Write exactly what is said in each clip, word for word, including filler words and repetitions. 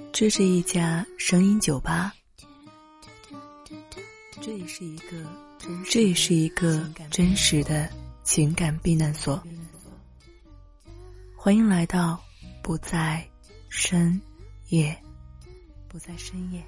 这是一家声音酒吧，这也是一个这也是一个真实的情感避难所。欢迎来到不在深夜，不在深夜。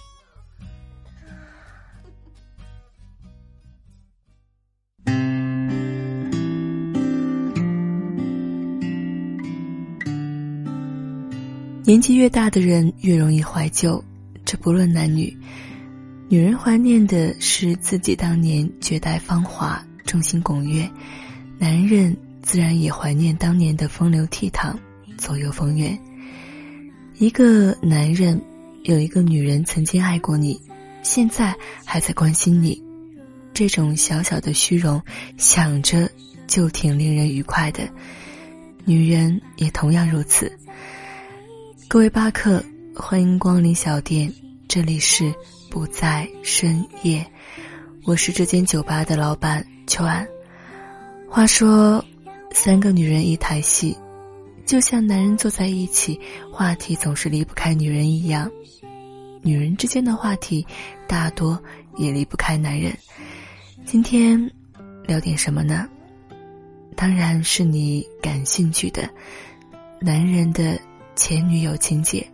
年纪越大的人越容易怀旧，这不论男女。女人怀念的是自己当年绝代芳华，众星拱月，男人自然也怀念当年的风流倜傥，左右逢源。一个男人有一个女人曾经爱过你，现在还在关心你，这种小小的虚荣想着就挺令人愉快的。女人也同样如此。各位巴克，欢迎光临小店，这里是不在深夜，我是这间酒吧的老板秋安。话说三个女人一台戏，就像男人坐在一起，话题总是离不开女人一样，女人之间的话题大多也离不开男人。今天聊点什么呢？当然是你感兴趣的男人的前女友情节。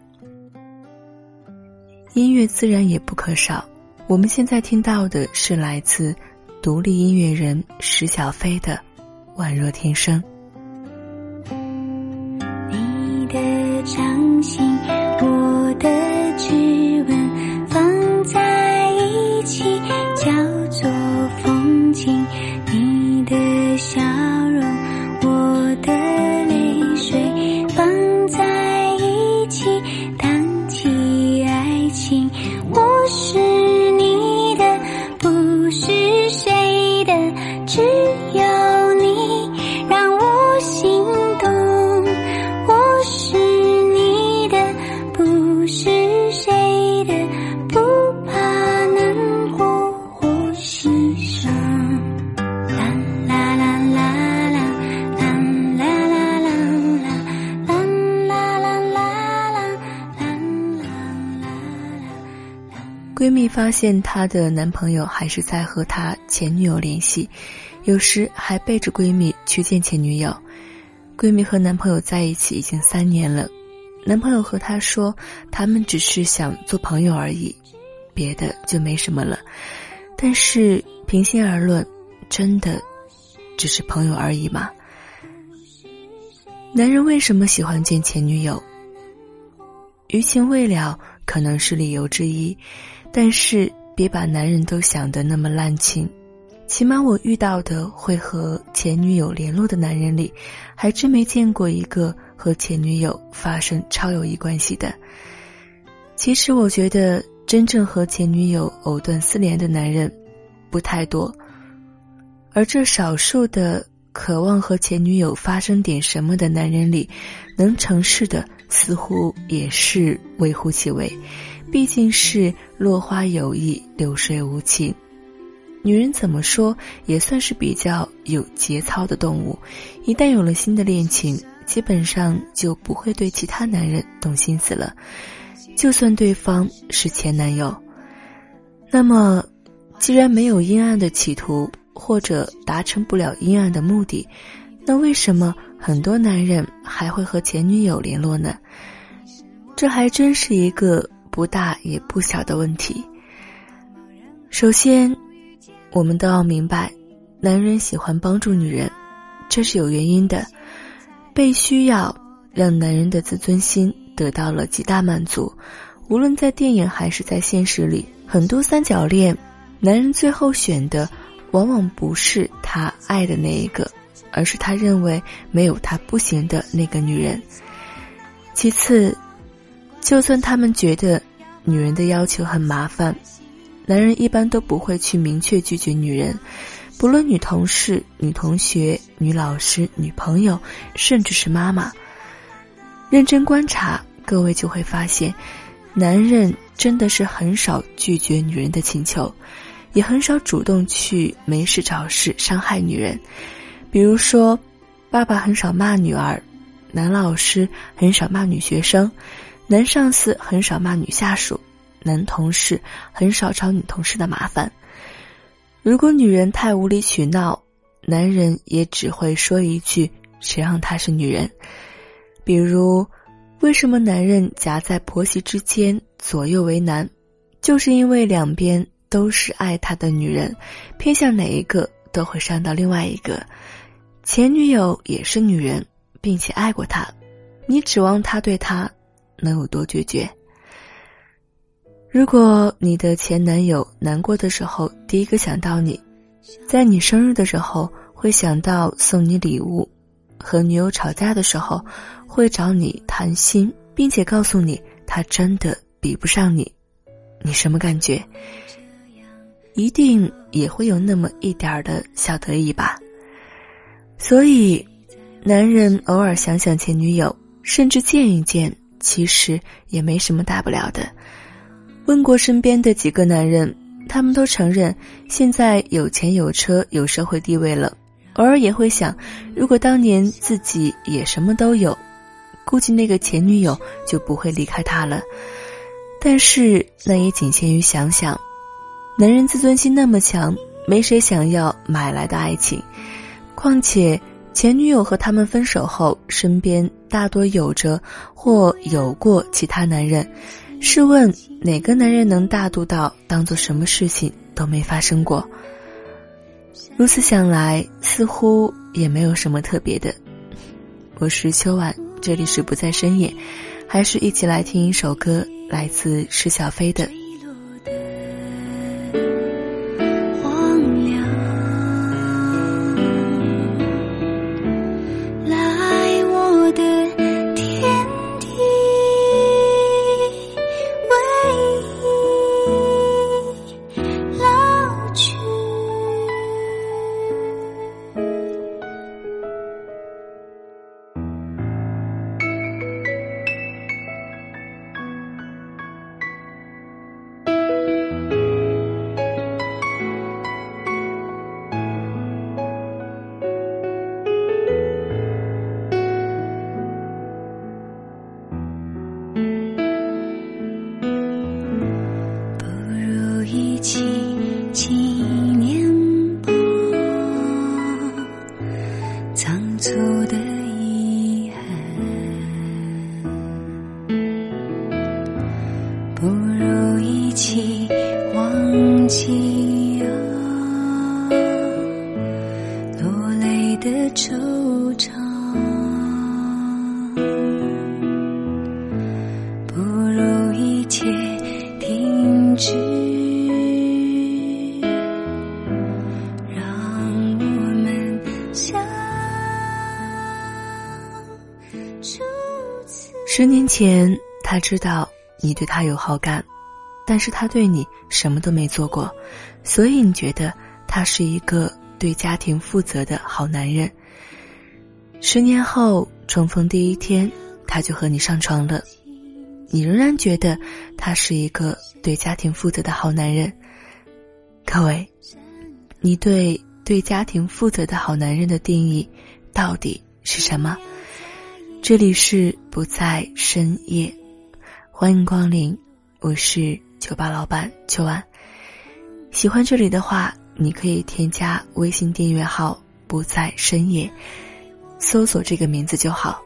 音乐自然也不可少，我们现在听到的是来自独立音乐人石小飞的《宛若天生》。 你的掌心，我的指纹放在一起，叫做风景。你的笑容，我的泪水放在一起，荡起爱情。我是你的，不是谁的，只有你让我心动。我是你的，不是谁的，不怕难过或牺牲。啦啦啦啦啦，啦啦啦啦啦，啦啦啦啦啦，啦啦啦啦。 闺蜜发现她的男朋友还是在和她前女友联系，有时还背着闺蜜去见前女友。闺蜜和男朋友在一起已经三年了，男朋友和她说他们只是想做朋友而已，别的就没什么了。但是平心而论，真的只是朋友而已吗？男人为什么喜欢见前女友？余情未了可能是理由之一，但是别把男人都想得那么滥情。起码我遇到的会和前女友联络的男人里，还真没见过一个和前女友发生超友谊关系的。其实我觉得真正和前女友藕断丝连的男人不太多，而这少数的渴望和前女友发生点什么的男人里，能成事的似乎也是微乎其微，毕竟是落花有意，流水无情。女人怎么说也算是比较有节操的动物，一旦有了新的恋情，基本上就不会对其他男人动心思了，就算对方是前男友。那么既然没有阴暗的企图，或者达成不了阴暗的目的，那为什么很多男人还会和前女友联络呢？这还真是一个不大也不小的问题。首先我们都要明白，男人喜欢帮助女人，这是有原因的。被需要让男人的自尊心得到了极大满足，无论在电影还是在现实里，很多三角恋，男人最后选的往往不是他爱的那一个，而是他认为没有他不行的那个女人。其次，就算他们觉得女人的要求很麻烦，男人一般都不会去明确拒绝女人，不论女同事、女同学、女老师、女朋友，甚至是妈妈。认真观察，各位就会发现，男人真的是很少拒绝女人的请求，也很少主动去没事找事伤害女人。比如说，爸爸很少骂女儿，男老师很少骂女学生， 男上司很少骂女下属，男同事很少找女同事的麻烦。如果女人太无理取闹，男人也只会说一句谁让她是女人。比如，为什么男人夹在婆媳之间左右为难，就是因为两边都是爱他的女人，偏向哪一个都会伤到另外一个。前女友也是女人，并且爱过他，你指望他对他能有多决绝？如果你的前男友难过的时候第一个想到你，在你生日的时候会想到送你礼物，和女友吵架的时候会找你谈心，并且告诉你他真的比不上你，你什么感觉？一定也会有那么一点的小得意吧。所以男人偶尔想想前女友，甚至见一见，其实也没什么大不了的。问过身边的几个男人，他们都承认现在有钱有车有社会地位了，偶尔也会想，如果当年自己也什么都有，估计那个前女友就不会离开他了。但是那也仅限于想想，男人自尊心那么强，没谁想要买来的爱情。况且前女友和他们分手后，身边大多有着或有过其他男人，试问哪个男人能大度到当做什么事情都没发生过？如此想来，似乎也没有什么特别的。我是秋晚，这里是不在深夜，还是一起来听一首歌，来自施小飞的记啊，落泪的惆怅，不如一切停止，让我们相初次。 十年前，他知道你对他有好感，但是他对你什么都没做过，所以你觉得他是一个对家庭负责的好男人。十年后重逢第一天，他就和你上床了，你仍然觉得他是一个对家庭负责的好男人。各位，你对对家庭负责的好男人的定义到底是什么？这里是不在深夜，欢迎光临，我是酒吧老板秋安。喜欢这里的话，你可以添加微信订阅号不在深夜，搜索这个名字就好。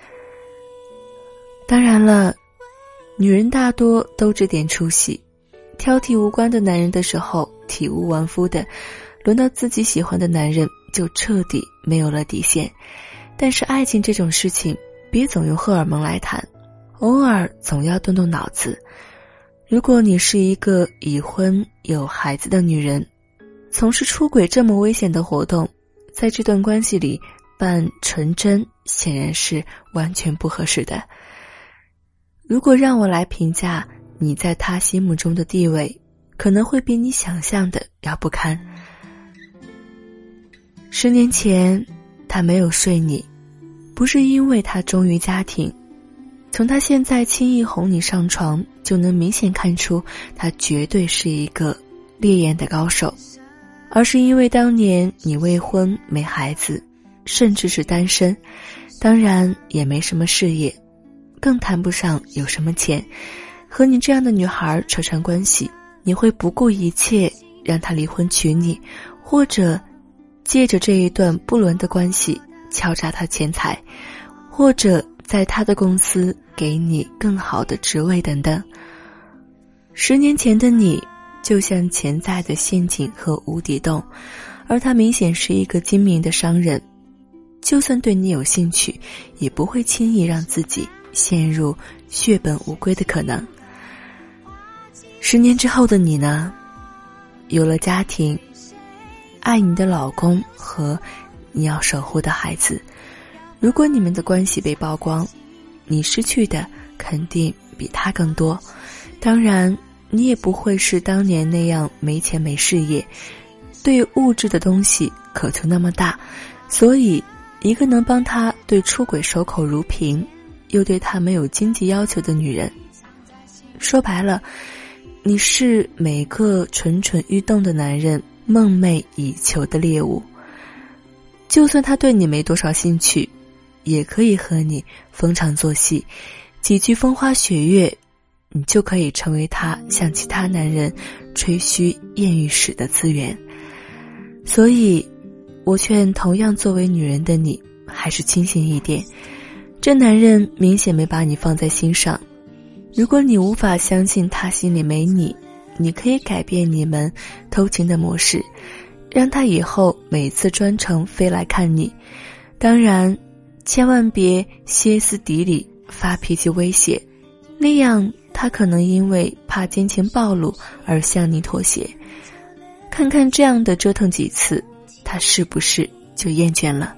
当然了，女人大多都这点出息，挑剔无关的男人的时候体无完肤的，轮到自己喜欢的男人就彻底没有了底线。但是爱情这种事情，别总用荷尔蒙来谈，偶尔总要动动脑子。如果你是一个已婚有孩子的女人，从事出轨这么危险的活动，在这段关系里扮纯真显然是完全不合适的。如果让我来评价你在他心目中的地位，可能会比你想象的要不堪。十年前他没有睡你，不是因为他忠于家庭，从他现在轻易哄你上床，就能明显看出他绝对是一个烈焰的高手，而是因为当年你未婚没孩子，甚至是单身，当然也没什么事业， 更谈不上有什么钱。和你这样的女孩扯上关系，你会不顾一切让她离婚娶你，或者借着这一段不伦的关系敲诈她钱财，或者在她的公司给你更好的职位等等。十年前的你就像潜在的陷阱和无底洞，而他明显是一个精明的商人，就算对你有兴趣，也不会轻易让自己陷入血本无归的可能。十年之后的你呢，有了家庭，爱你的老公和你要守护的孩子。如果你们的关系被曝光，你失去的肯定比他更多。当然，你也不会是当年那样没钱没事业，对物质的东西渴求那么大。所以一个能帮他对出轨守口如瓶，又对他没有经济要求的女人，说白了，你是每个蠢蠢欲动的男人梦寐以求的猎物。就算他对你没多少兴趣，也可以和你逢场作戏，几句风花雪月，你就可以成为他向其他男人吹嘘艳遇史的资源。所以我劝同样作为女人的你还是清醒一点，这男人明显没把你放在心上。如果你无法相信他心里没你，你可以改变你们偷情的模式，让他以后每次专程飞来看你。当然千万别歇斯底里发脾气威胁，那样他可能因为怕奸情暴露而向你妥协。看看这样的折腾几次，他是不是就厌倦了？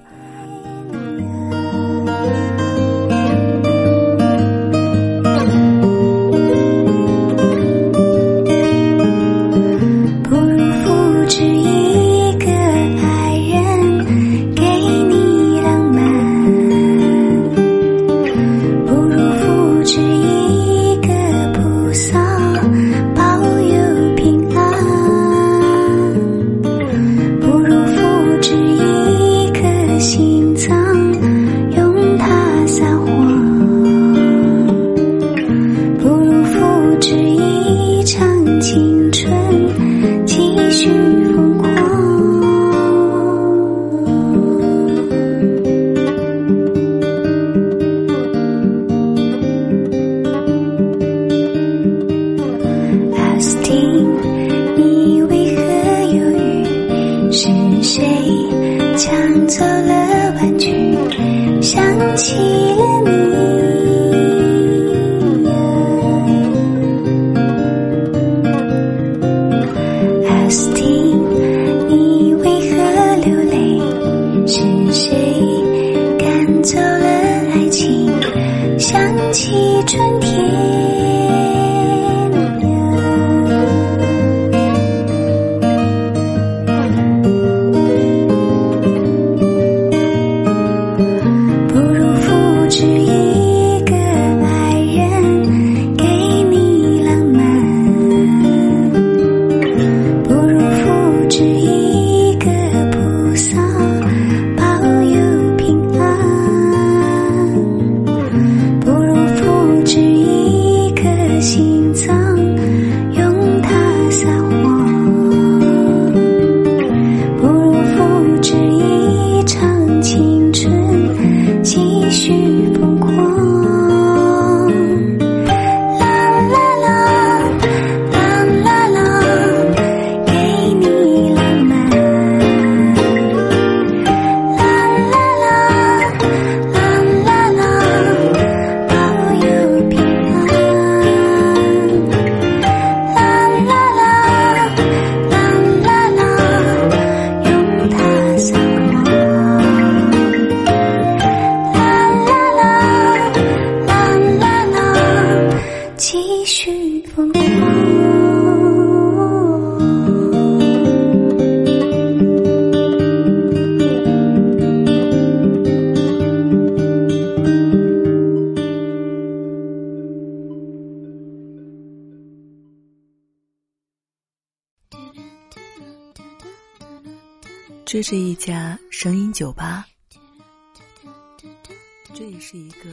这是一家声音酒吧，这也是一个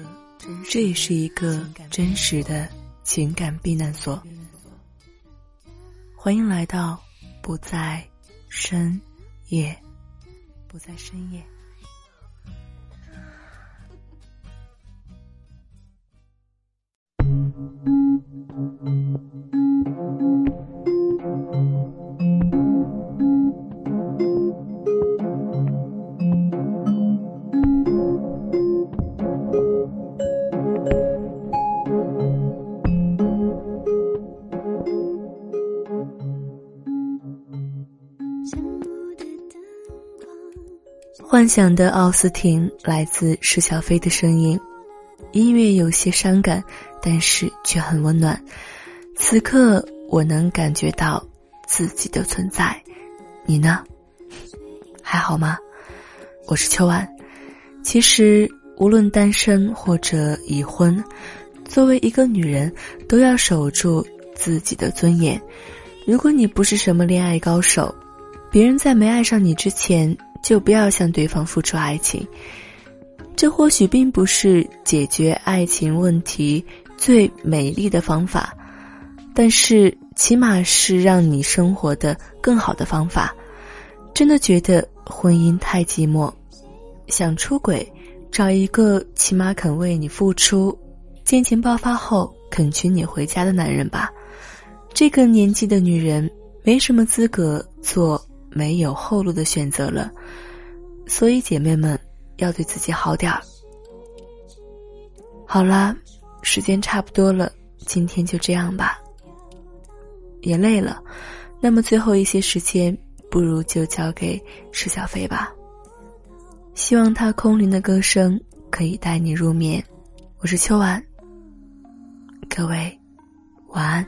这也是一个真实的情感避难所。欢迎来到不在深夜，不在深夜。幻想的奥斯汀来自施小飞的声音，音乐有些伤感，但是却很温暖。此刻我能感觉到自己的存在，你呢？还好吗？我是秋婉。其实无论单身或者已婚，作为一个女人都要守住自己的尊严。如果你不是什么恋爱高手，别人在没爱上你之前就不要向对方付出爱情，这或许并不是解决爱情问题最美丽的方法，但是起码是让你生活的更好的方法。真的觉得婚姻太寂寞，想出轨，找一个起码肯为你付出，恋情爆发后肯娶你回家的男人吧。这个年纪的女人没什么资格做没有后路的选择了，所以姐妹们要对自己好点儿。好啦，时间差不多了，今天就这样吧。也累了，那么最后一些时间，不如就交给施小飞吧。希望他空灵的歌声可以带你入眠。我是秋婉，各位晚安。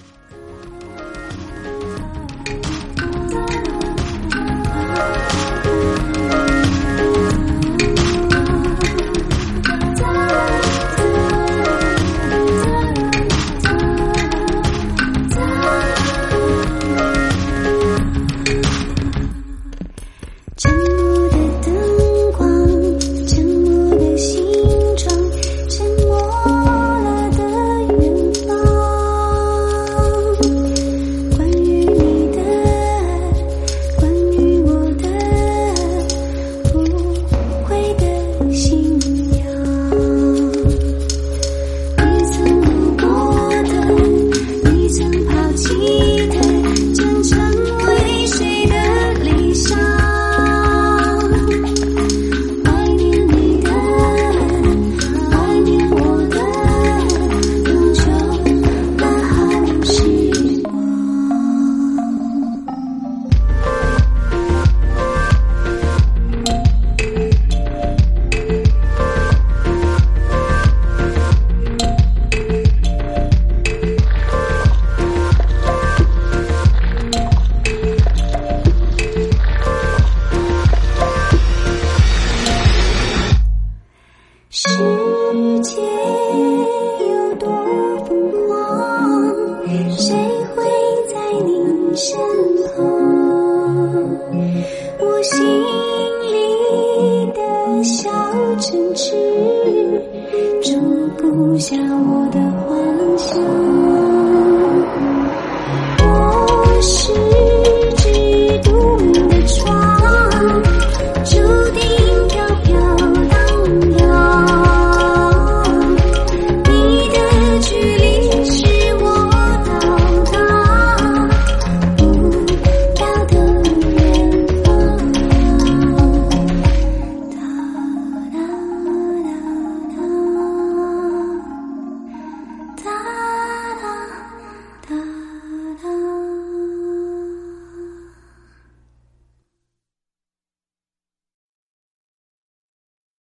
下我的幻想，我是